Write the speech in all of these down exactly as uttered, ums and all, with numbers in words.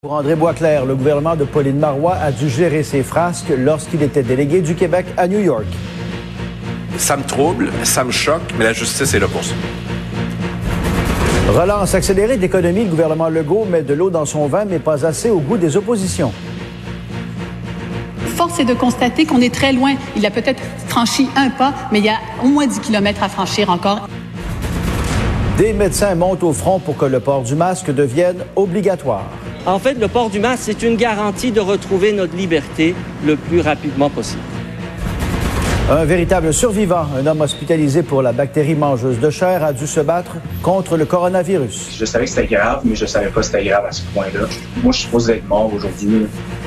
Pour André Boisclair, le gouvernement de Pauline Marois a dû gérer ses frasques lorsqu'il était délégué du Québec à New York. Ça me trouble, ça me choque, mais la justice est là pour ça. Relance accélérée d'économie, le gouvernement Legault met de l'eau dans son vin, mais pas assez au goût des oppositions. Force est de constater qu'on est très loin. Il a peut-être franchi un pas, mais il y a au moins dix kilomètres à franchir encore. Des médecins montent au front pour que le port du masque devienne obligatoire. En fait, le port du masque, c'est une garantie de retrouver notre liberté le plus rapidement possible. Un véritable survivant, un homme hospitalisé pour la bactérie mangeuse de chair, a dû se battre contre le coronavirus. Je savais que c'était grave, mais je savais pas que c'était grave à ce point-là. Moi, je suis supposé être mort aujourd'hui.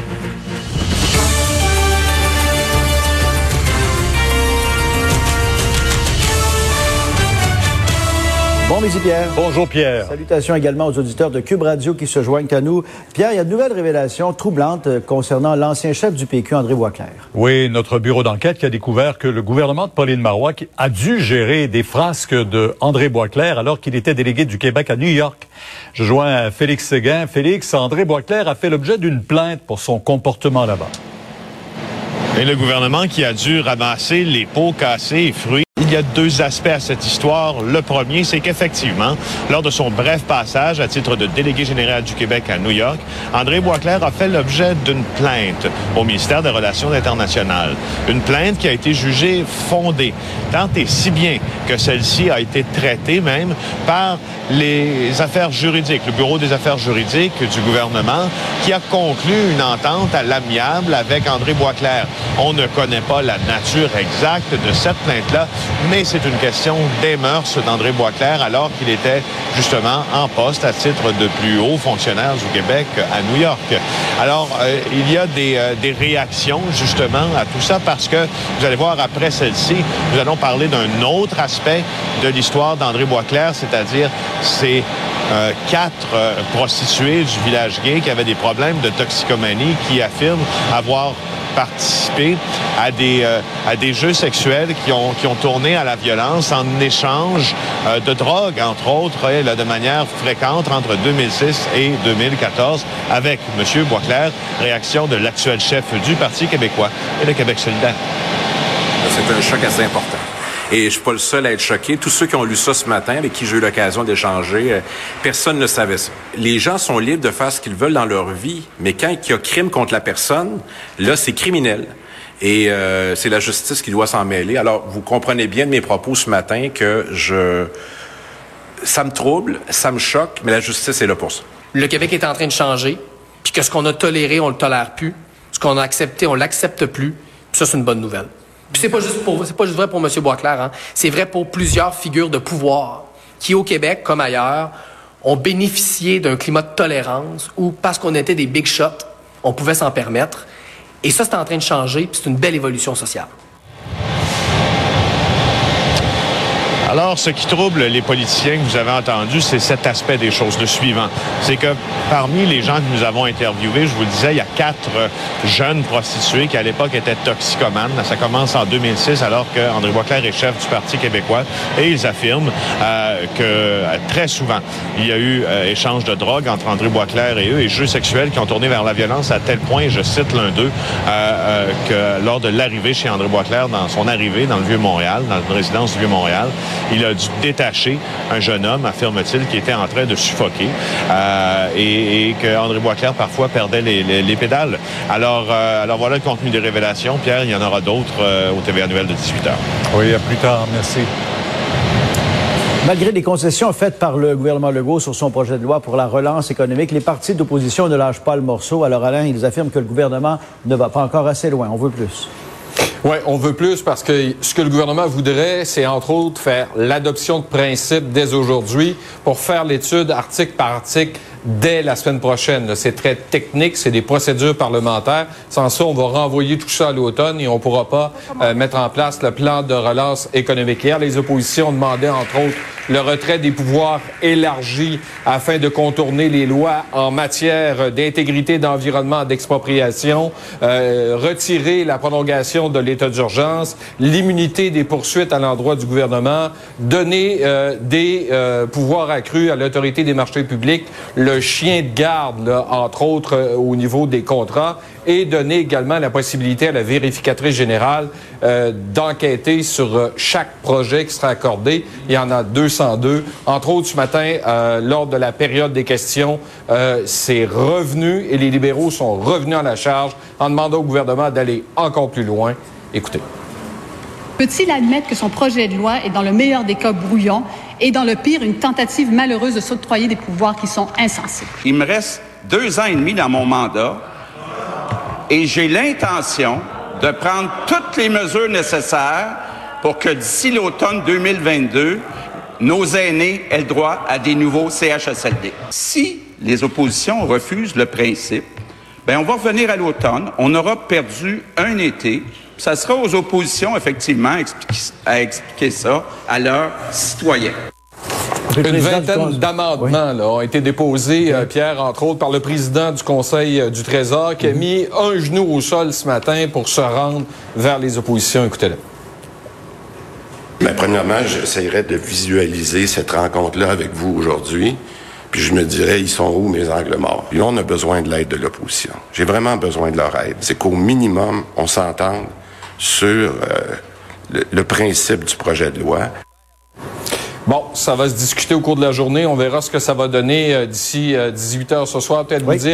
Bon midi Pierre. Bonjour Pierre. Salutations également aux auditeurs de Cube Radio qui se joignent à nous. Pierre, il y a de nouvelles révélations troublantes concernant l'ancien chef du P Q, André Boisclair. Oui, notre bureau d'enquête qui a découvert que le gouvernement de Pauline Marois a dû gérer des frasques de André Boisclair alors qu'il était délégué du Québec à New York. Je joins Félix Séguin. Félix, André Boisclair a fait l'objet d'une plainte pour son comportement là-bas. Et le gouvernement qui a dû ramasser les pots cassés et fruits. Il y a deux aspects à cette histoire. Le premier, c'est qu'effectivement, lors de son bref passage à titre de délégué général du Québec à New York, André Boisclair a fait l'objet d'une plainte au ministère des Relations internationales. Une plainte qui a été jugée fondée, tant et si bien que celle-ci a été traitée même par les affaires juridiques, le bureau des affaires juridiques du gouvernement, qui a conclu une entente à l'amiable avec André Boisclair. On ne connaît pas la nature exacte de cette plainte-là, mais c'est une question des mœurs d'André Boisclair alors qu'il était justement en poste à titre de plus haut fonctionnaire du Québec à New York. Alors, euh, il y a des, euh, des réactions justement à tout ça parce que, vous allez voir après celle-ci, nous allons parler d'un autre aspect de l'histoire d'André Boisclair, c'est-à-dire ces euh, quatre euh, prostituées du village gay qui avaient des problèmes de toxicomanie, qui affirment avoir participé à des, euh, à des jeux sexuels qui ont, qui ont tourné à la violence en échange euh, de drogue, entre autres, et, là, de manière fréquente entre deux mille six et deux mille quatorze, avec M. Boisclair, réaction de l'actuel chef du Parti québécois et le Québec solidaire. C'est un choc assez important. Et je suis pas le seul à être choqué. Tous ceux qui ont lu ça ce matin, avec qui j'ai eu l'occasion d'échanger, euh, personne ne savait ça. Les gens sont libres de faire ce qu'ils veulent dans leur vie, mais quand il y a crime contre la personne, là, c'est criminel. Et euh, c'est la justice qui doit s'en mêler. Alors, vous comprenez bien de mes propos ce matin que je... ça me trouble, ça me choque, mais la justice est là pour ça. Le Québec est en train de changer, puis que ce qu'on a toléré, on le tolère plus. Ce qu'on a accepté, on l'accepte plus. Puis ça, c'est une bonne nouvelle. Puis c'est pas juste pour, c'est pas juste vrai pour M. Boisclair, hein. C'est vrai pour plusieurs figures de pouvoir qui, au Québec comme ailleurs, ont bénéficié d'un climat de tolérance où, parce qu'on était des big shots, on pouvait s'en permettre. Et ça, c'est en train de changer, puis c'est une belle évolution sociale. Alors, ce qui trouble les politiciens que vous avez entendus, c'est cet aspect des choses, le suivant. C'est que parmi les gens que nous avons interviewés, je vous le disais, il y a quatre jeunes prostituées qui, à l'époque, étaient toxicomanes. Ça commence en deux mille six, alors qu'André Boisclair est chef du Parti québécois. Et ils affirment euh, que euh, très souvent, il y a eu euh, échange de drogue entre André Boisclair et eux, et jeux sexuels qui ont tourné vers la violence à tel point, je cite l'un d'eux, euh, euh, que lors de l'arrivée chez André Boisclair, dans son arrivée dans le Vieux-Montréal, dans une résidence du Vieux-Montréal, il a dû détacher un jeune homme, affirme-t-il, qui était en train de suffoquer euh, et, et que André Boisclair parfois perdait les, les, les pédales. Alors, euh, alors voilà le contenu des révélations. Pierre, il y en aura d'autres euh, au T V A Nouvelle de dix-huit heures. Oui, à plus tard. Merci. Malgré les concessions faites par le gouvernement Legault sur son projet de loi pour la relance économique, les partis d'opposition ne lâchent pas le morceau. Alors Alain, ils affirment que le gouvernement ne va pas encore assez loin. On veut plus. Oui, on veut plus parce que ce que le gouvernement voudrait, c'est entre autres faire l'adoption de principes dès aujourd'hui pour faire l'étude article par article dès la semaine prochaine. C'est très technique, c'est des procédures parlementaires. Sans ça, on va renvoyer tout ça à l'automne et on ne pourra pas euh, mettre en place le plan de relance économique. Hier, les oppositions demandaient entre autres le retrait des pouvoirs élargis afin de contourner les lois en matière d'intégrité, d'environnement, d'expropriation, euh, retirer la prolongation de l'état d'urgence, l'immunité des poursuites à l'endroit du gouvernement, donner euh, des euh, pouvoirs accrus à l'autorité des marchés publics, le le chien de garde, là, entre autres euh, au niveau des contrats, et donner également la possibilité à la vérificatrice générale euh, d'enquêter sur euh, chaque projet qui sera accordé. Il y en a deux cent deux. Entre autres, ce matin, euh, lors de la période des questions, euh, c'est revenu et les libéraux sont revenus à la charge en demandant au gouvernement d'aller encore plus loin. Écoutez. Peut-il admettre que son projet de loi est dans le meilleur des cas brouillon et dans le pire une tentative malheureuse de s'octroyer des pouvoirs qui sont insensés? Il me reste deux ans et demi dans mon mandat et j'ai l'intention de prendre toutes les mesures nécessaires pour que d'ici l'automne deux mille vingt-deux, nos aînés aient le droit à des nouveaux C H S L D. Si les oppositions refusent le principe, bien, on va revenir à l'automne, on aura perdu un été. Ça sera aux oppositions, effectivement, à expliquer ça à leurs citoyens. Une vingtaine d'amendements oui. là, ont été déposés, oui. euh, Pierre, entre autres, par le président du Conseil euh, du Trésor, qui a mis un genou au sol ce matin pour se rendre vers les oppositions. Écoutez-le. Bien, premièrement, j'essaierai de visualiser cette rencontre-là avec vous aujourd'hui. Puis je me dirais, ils sont où mes angles morts? Puis là, on a besoin de l'aide de l'opposition. J'ai vraiment besoin de leur aide. C'est qu'au minimum, on s'entende sur euh, le, le principe du projet de loi. Bon, ça va se discuter au cours de la journée. On verra ce que ça va donner euh, d'ici euh, dix-huit heures ce soir. Peut-être oui. vous dire